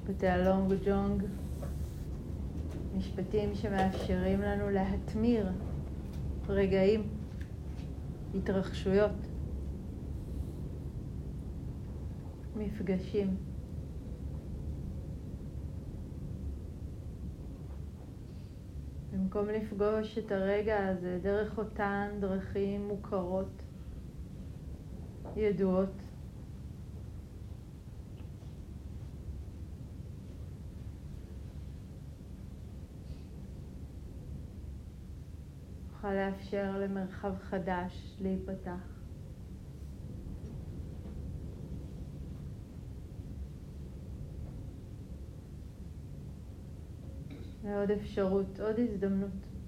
משפטי הלונג ג'ונג, משפטים שמאפשרים לנו להתמיר רגעים, התרחשויות, מפגשים. במקום לפגוש את הרגע הזה דרך אותן דרכים מוכרות, ידועות, נוכל לאפשר למרחב חדש להיפתח. לעוד אפשרות, עוד הזדמנות.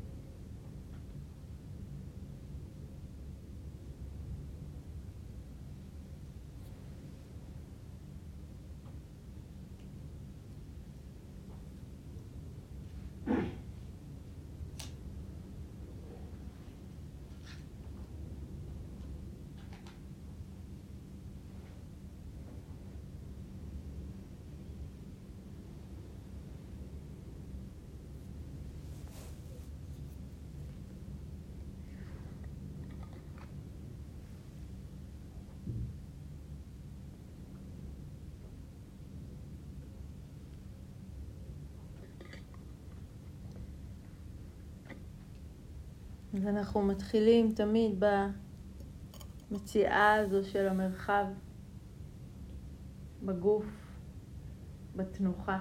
אז אנחנו מתחילים תמיד במציאה הזו של המרחב, בגוף, בתנוחה.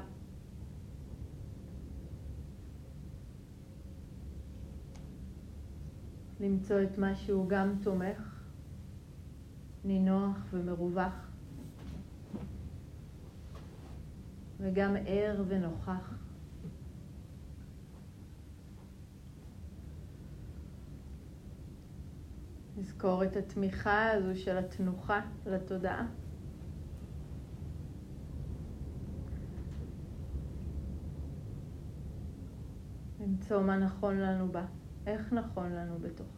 למצוא את מה שהוא גם תומך, נינוח ומרווח, וגם ער ונוכח. לזכור את התמיכה הזו של התנוחה לתודעה. למצוא מה נכון לנו בה, איך נכון לנו בתוכה.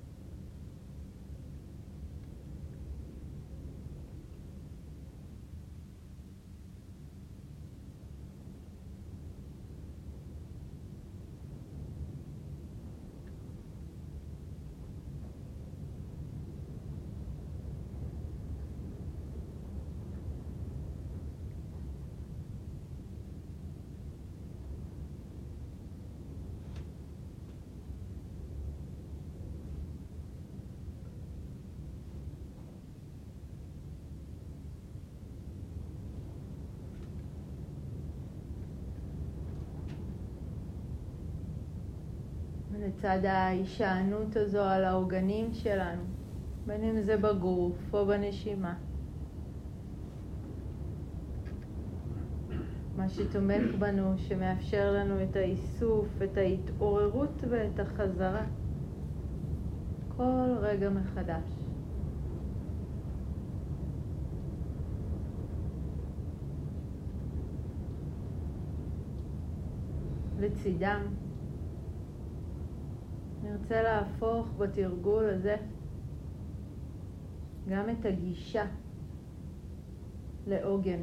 לצד ההישענות הזו על העוגנים שלנו, בין אם זה בגוף או בנשימה, מה שתומך בנו, שמאפשר לנו את האיסוף, את ההתעוררות ואת החזרה כל רגע מחדש. לצידם נרצה להפוך בתרגול הזה גם את הגישה לעוגן.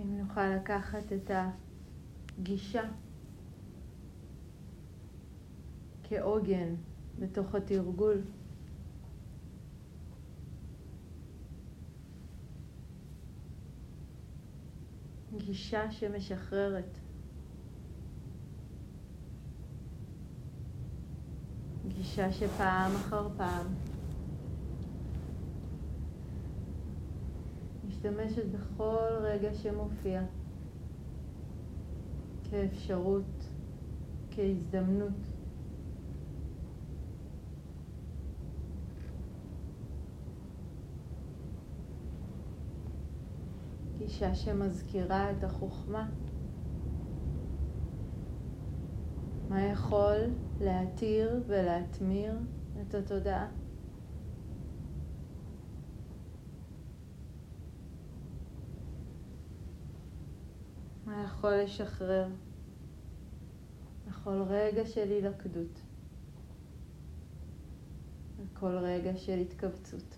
אם נוכל לקחת את הגישה כעוגן בתוך התרגול. גישה שמשחררת. גישה שפעם אחר פעם משתמשת בכל רגע שמופיע כאפשרות, כהזדמנות. גישה שמזכירה את החוכמה. מה יכול להתיר ולהתמיר את התודעה? מה יכול לשחרר בכל רגע של הילכדות, בכל רגע של התכווצות?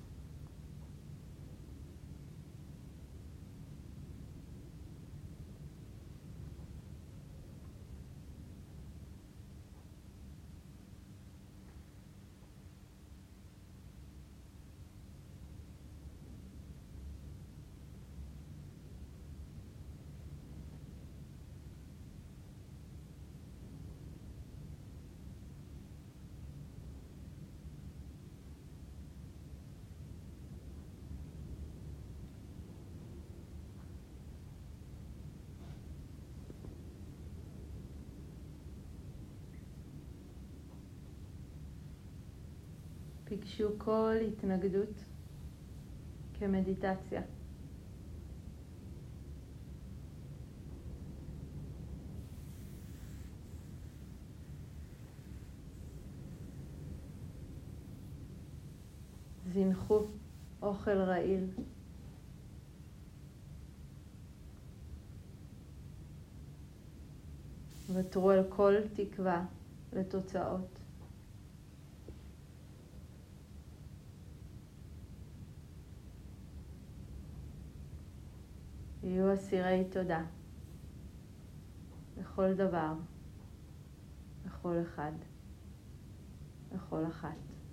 פגשו כל התנגדות כמדיטציה. זינחו אוכל רעיל. ותרו על כל תקווה לתוצאות. יהיו אסירי תודה לכל דבר, לכל אחד, לכל אחת.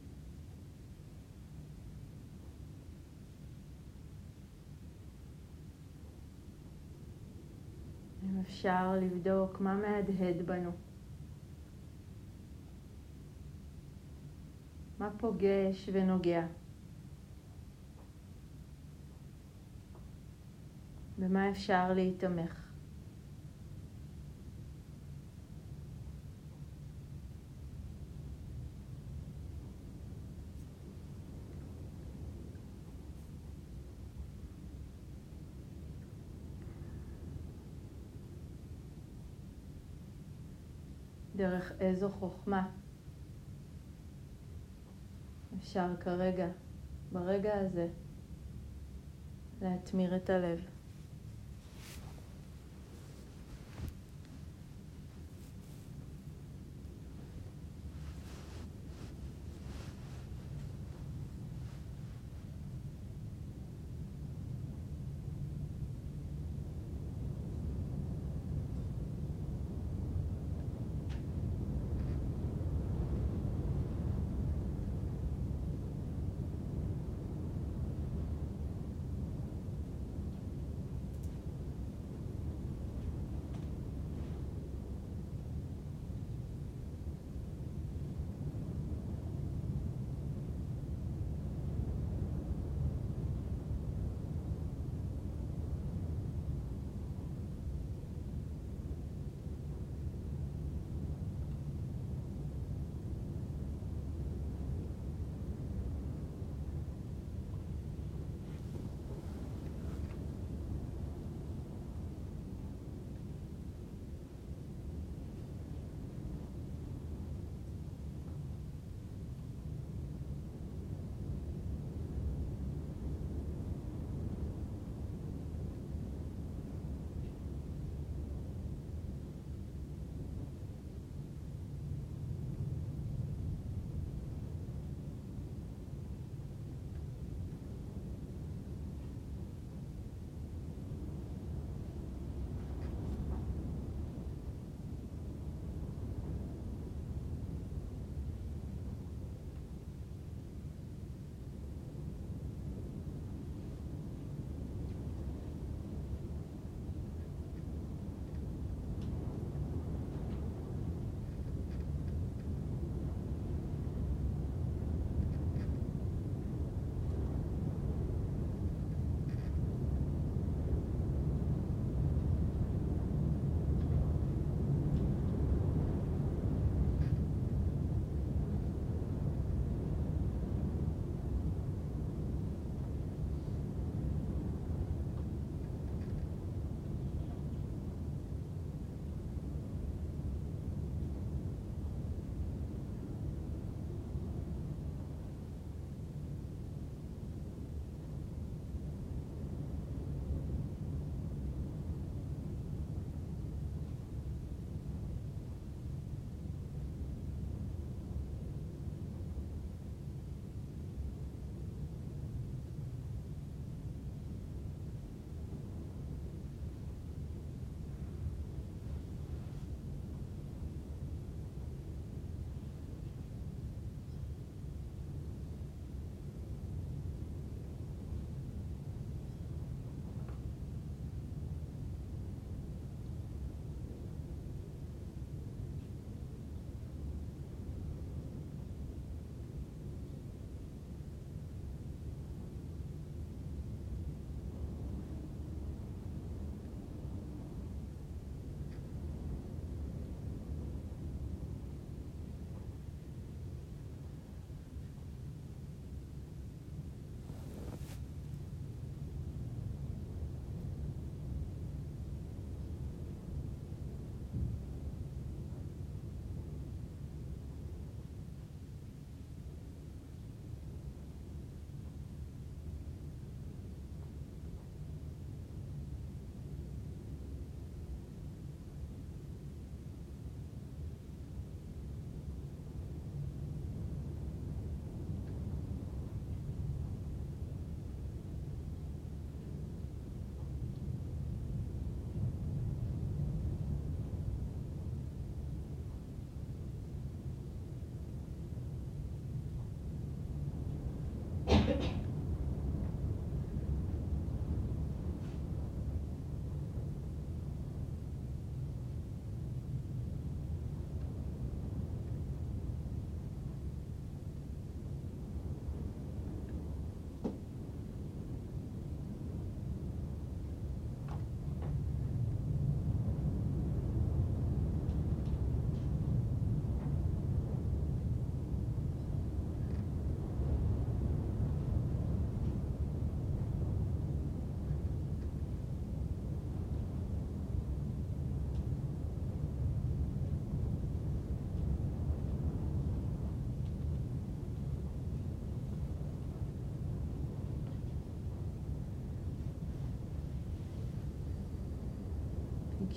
אם אפשר לבדוק מה מהדהד בנו, מה פוגש ונוגע, במה אפשר להתמך. דרך איזו חוכמה אפשר כרגע, ברגע הזה, להתמיר את הלב.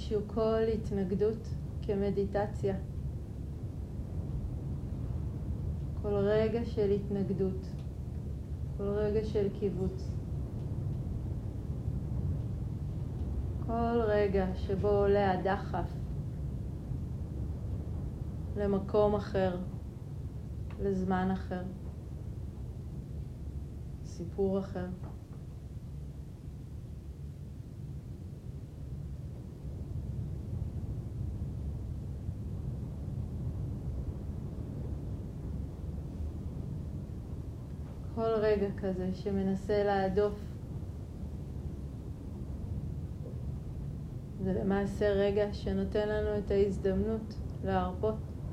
תרגישו כל התנגדות כמדיטציה. כל רגע של התנגדות, כל רגע של קיבוץ. כל רגע שבו עולה הדחף למקום אחר, לזמן אחר, סיפור אחר. כל רגע כזה שמנסה להדוף, זה למעשה רגע שנותן לנו את ההזדמנות להרפות.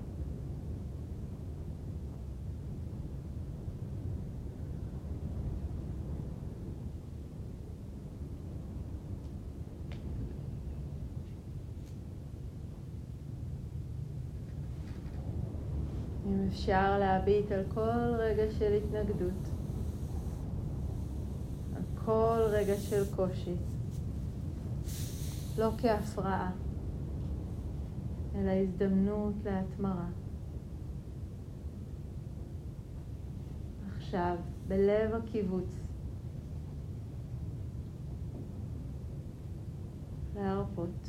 אם אפשר להביט על כל רגע של התנגדות, על כל רגע של קושי, לא כהפרעה, אלא הזדמנות להתמרה. עכשיו, בלב הקיבוץ, להרפות.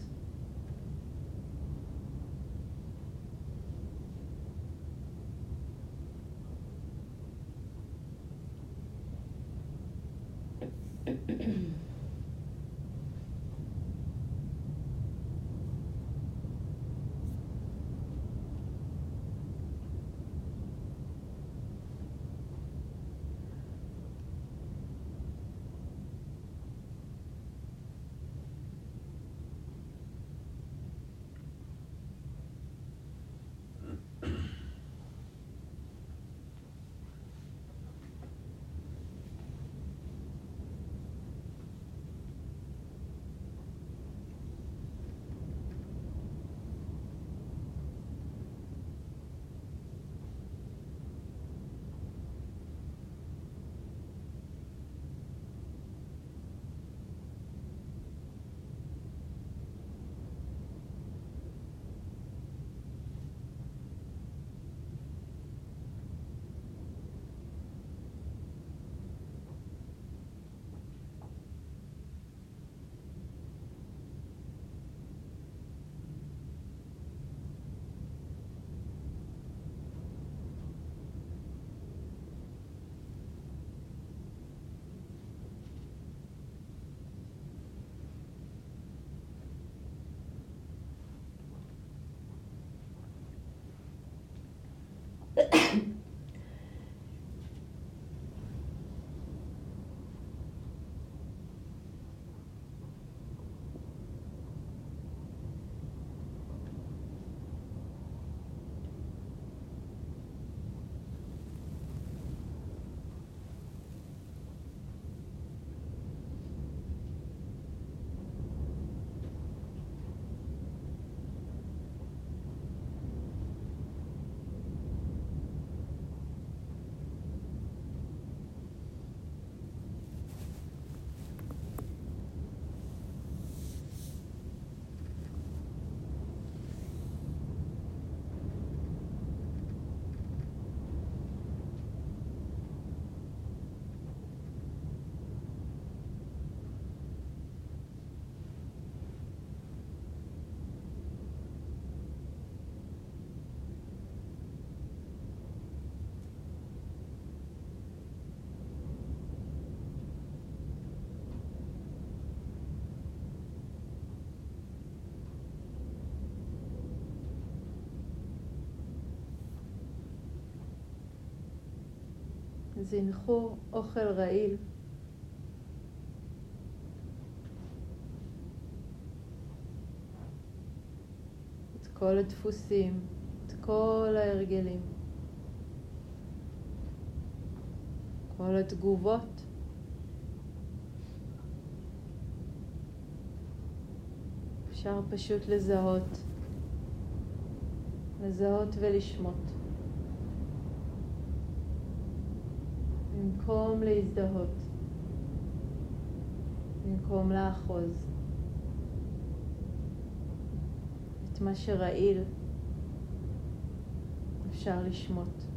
זינחו אוכל רעיל. את כל הדפוסים, את כל ההרגלים, כל התגובות. אפשר פשוט לזהות ולשמות. במקום להזדהות, במקום לאחוז. את מה שראיל אפשר לשמות.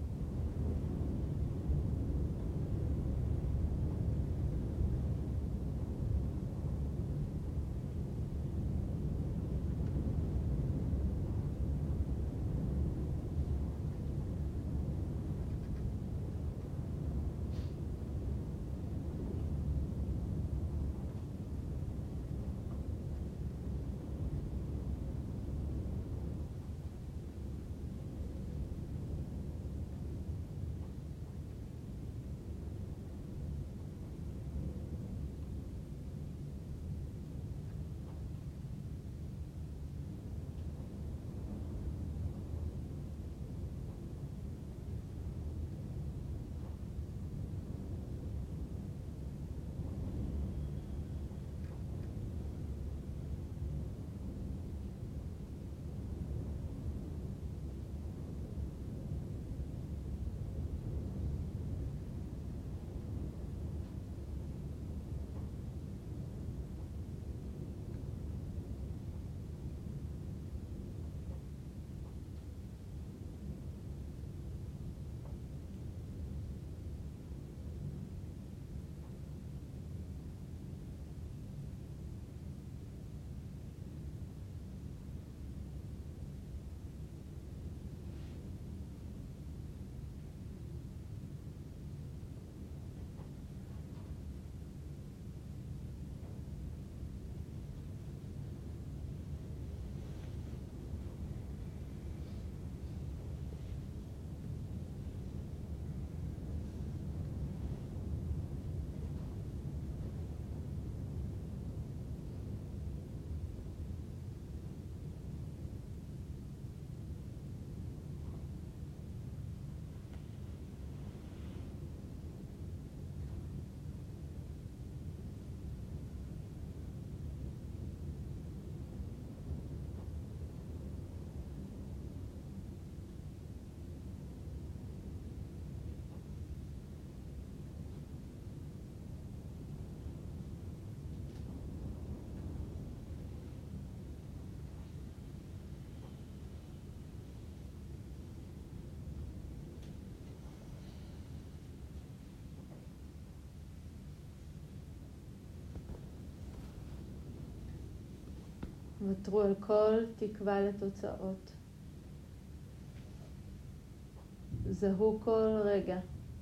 ותרו על כל תקווה לתוצאות. זהו כל רגע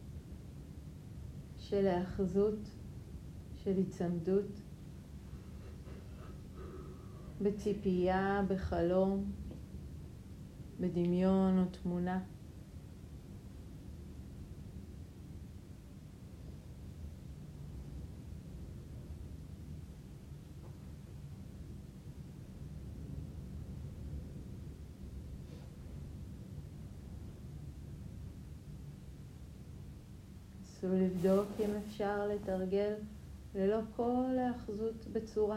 של האחזות, של הצמדות, בציפייה, בחלום, בדמיון או תמונה. נסו לבדוק אם אפשר לתרגל ללא כל האחזות בצורה.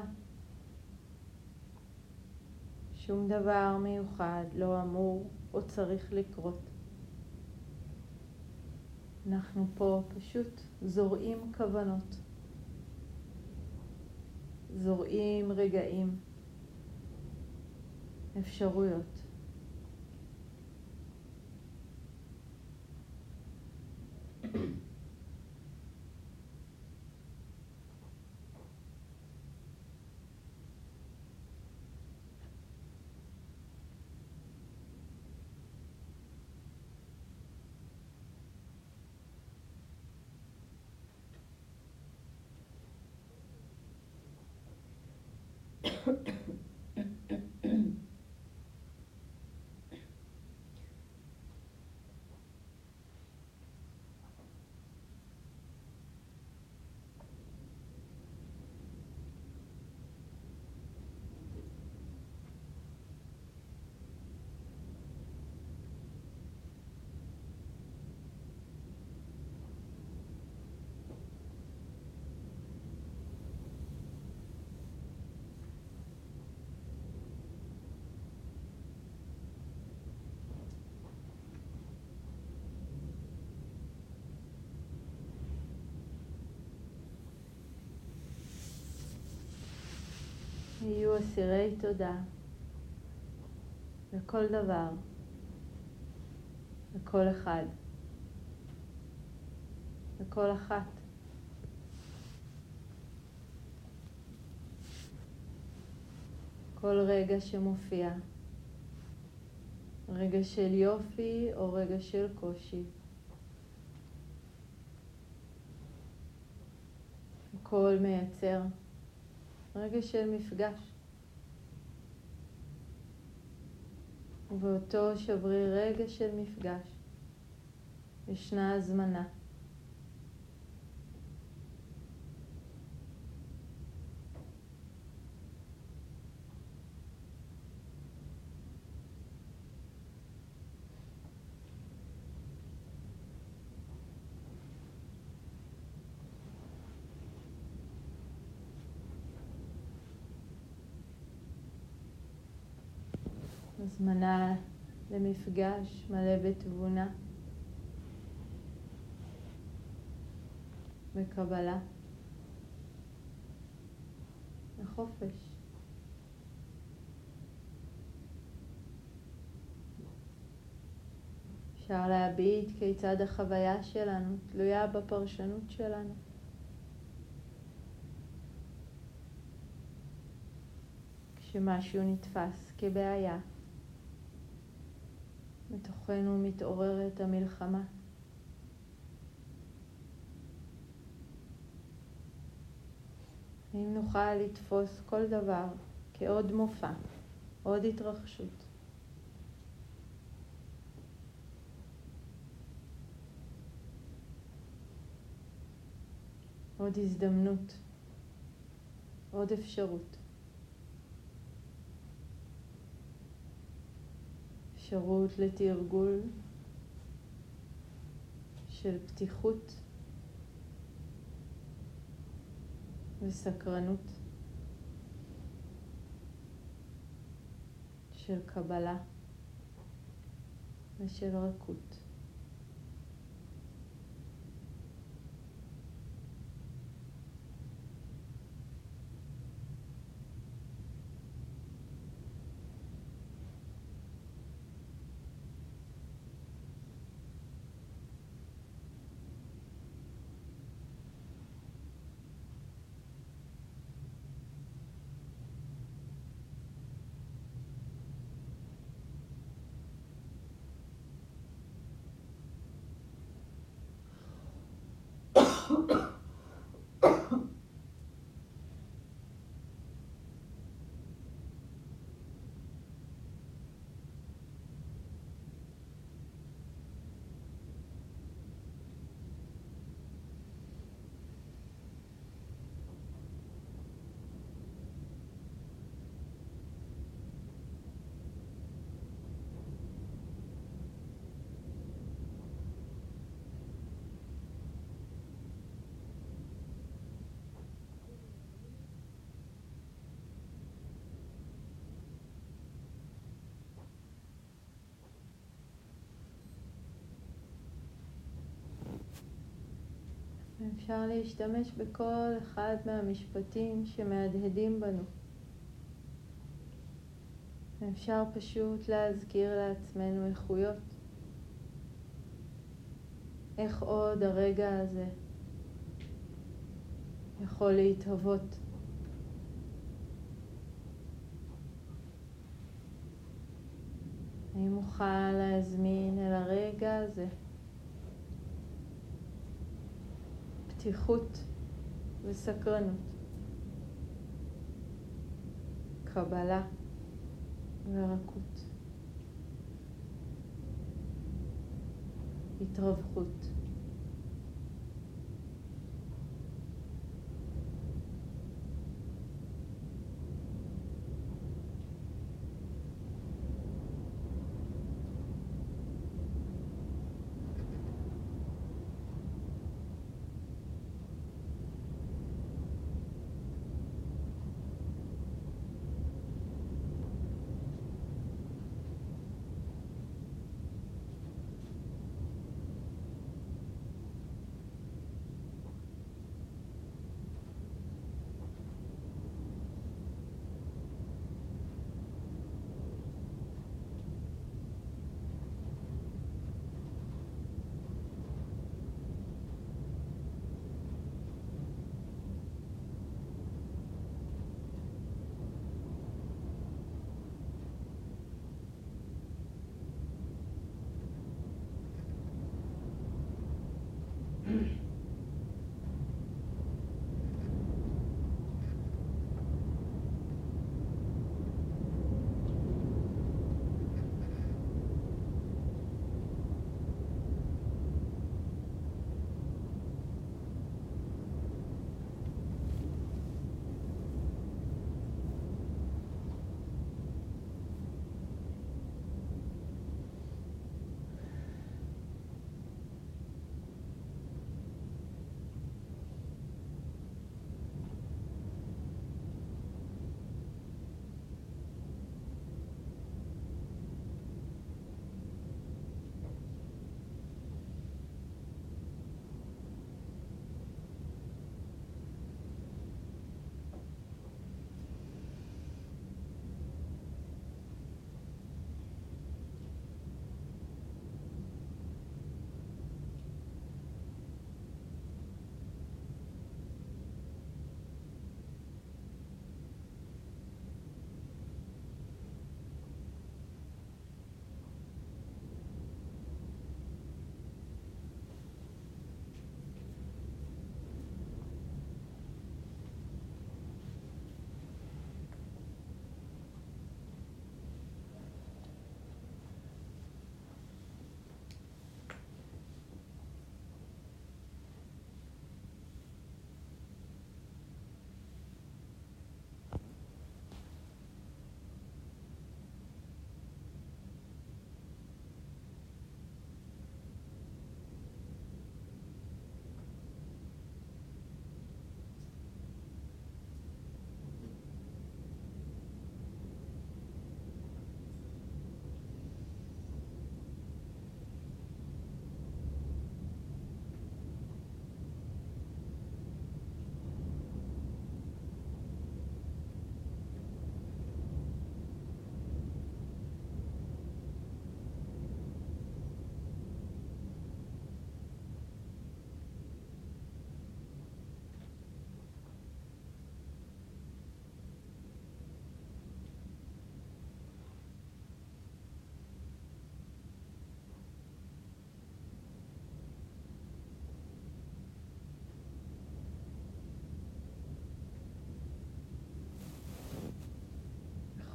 שום דבר מיוחד לא אמור או צריך לקרות. אנחנו פה פשוט זורעים כוונות, זורעים רגעים, אפשרויות. יהיו אסירי תודה לכל דבר, לכל אחד, לכל אחת. כל רגע שמופיע, רגע של יופי או רגע של קושי. הכל מייצר רגע של מפגש. ובאותו שברי רגע של מפגש ישנה הזמנה. הזמנה למפגש מלא בתבונה, בקבלה, לחופש. אפשר להביט כיצד החוויה שלנו תלויה בפרשנות שלנו. כשמשהו נתפס כבעיה, בתוכנו מתעוררת המלחמה. אם נוכל לתפוס כל דבר כעוד מופע, עוד התרחשות, עוד הזדמנות, עוד אפשרות. אפשרות לתרגול של פתיחות וסקרנות, של קבלה ושל רכות. אפשר להשתמש בכל אחד מהמשפטים שמהדהדים בנו. אפשר פשוט להזכיר לעצמנו איכויות. איך עוד הרגע הזה יכול להתהוות. אני מוכן להזמין אל הרגע הזה פתיחות וסקרנות, קבלה ורכות, התרווחות.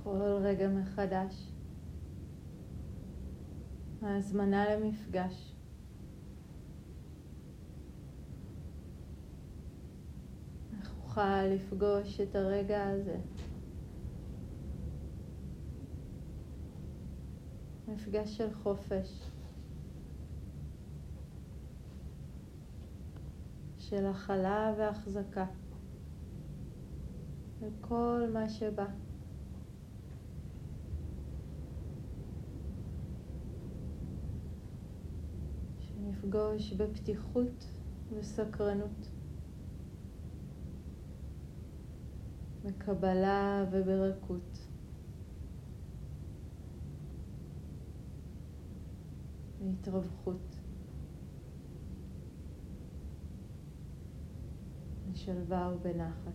כל רגע מחדש. ההזמנה למפגש. איך אוכל לפגוש את הרגע הזה? מפגש של חופש, של הכלה והחזקה, וכל מה שבא. שנפגוש בפתיחות וסקרנות, בקבלה וברכות. בהתרווחות, בשלווה ובנחת.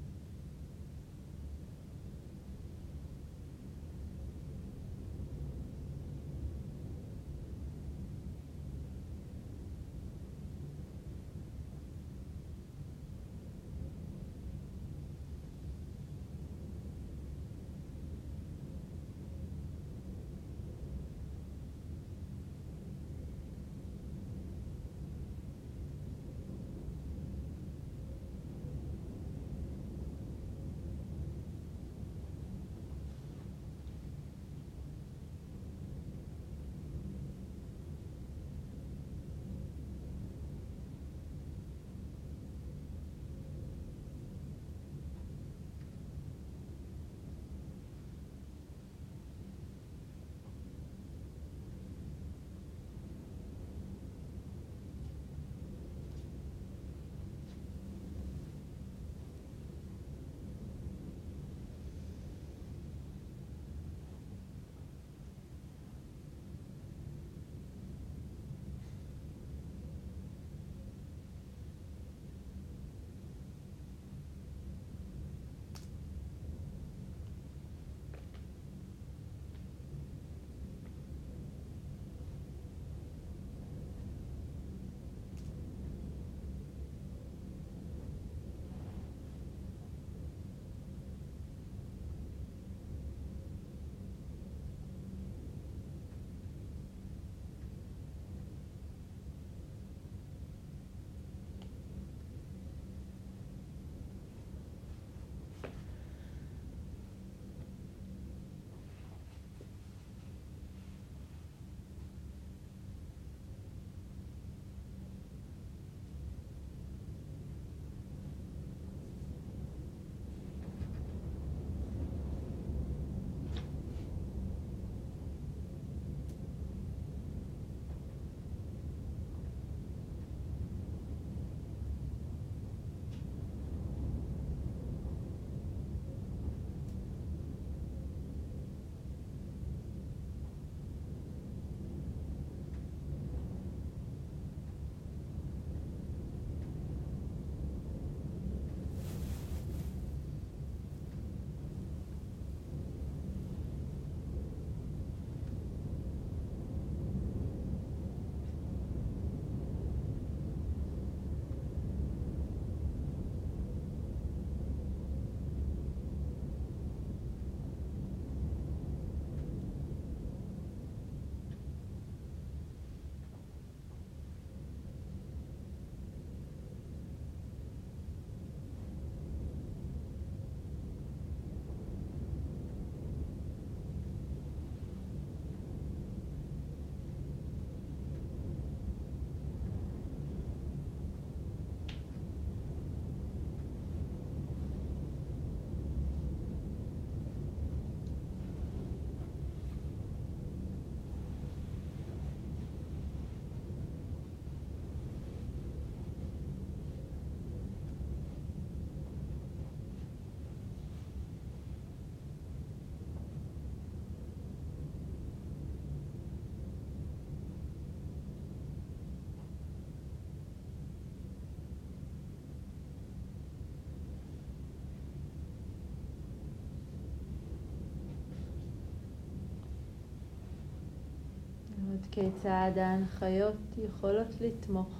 לראות כיצד ההנחיות יכולות לתמוך,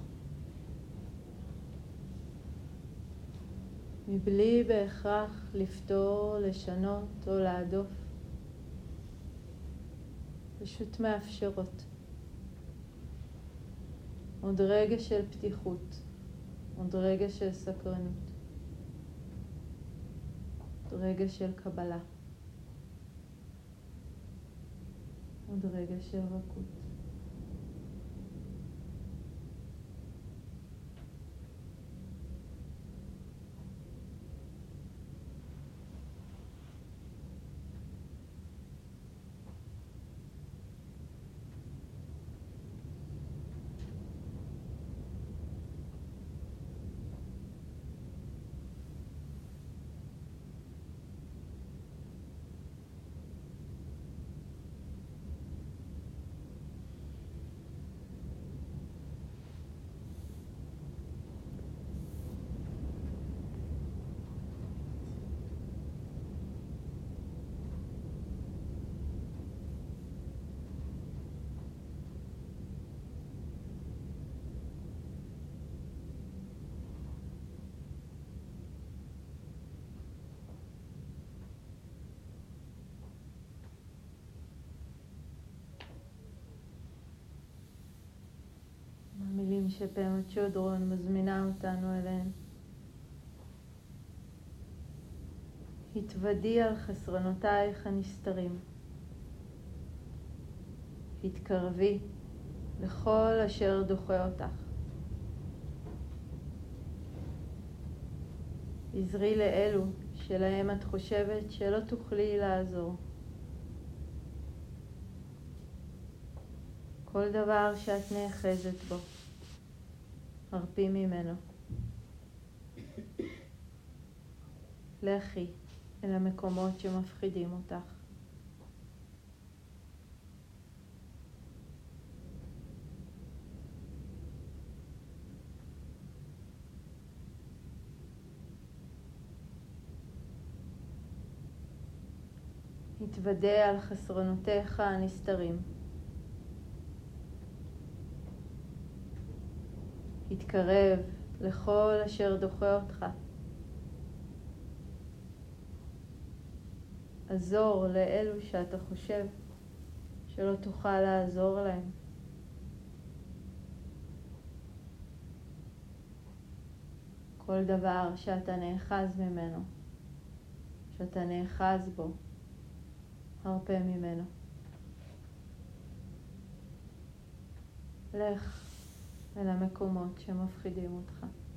מבלי בהכרח לפתור, לשנות או להדוף. פשוט מאפשרות. עוד רגע של פתיחות, עוד רגע של סקרנות, עוד רגע של קבלה, עוד רגע של רכות. המילים שפעמת שודרון מזמינה אותנו אליהן. התוודי על חסרונותייך הנסתרים. התקרבי לכל אשר דוחה אותך. עזרי לאלו שלהם את חושבת שלא תוכלי לעזור. כל דבר שאת נאחזת בו, הרפי ממנו. לכי אל המקומות שמפחידים אותך. התוודע על חסרונותיך הנסתרים. התקרב לכל אשר דוחה אותך. עזור לאלו שאתה חושב שלא תוכל לעזור להם. כל דבר שאתה נאחז ממנו, שאתה נאחז בו, הרפה ממנו. לך אל המקומות שמפחידים אותך.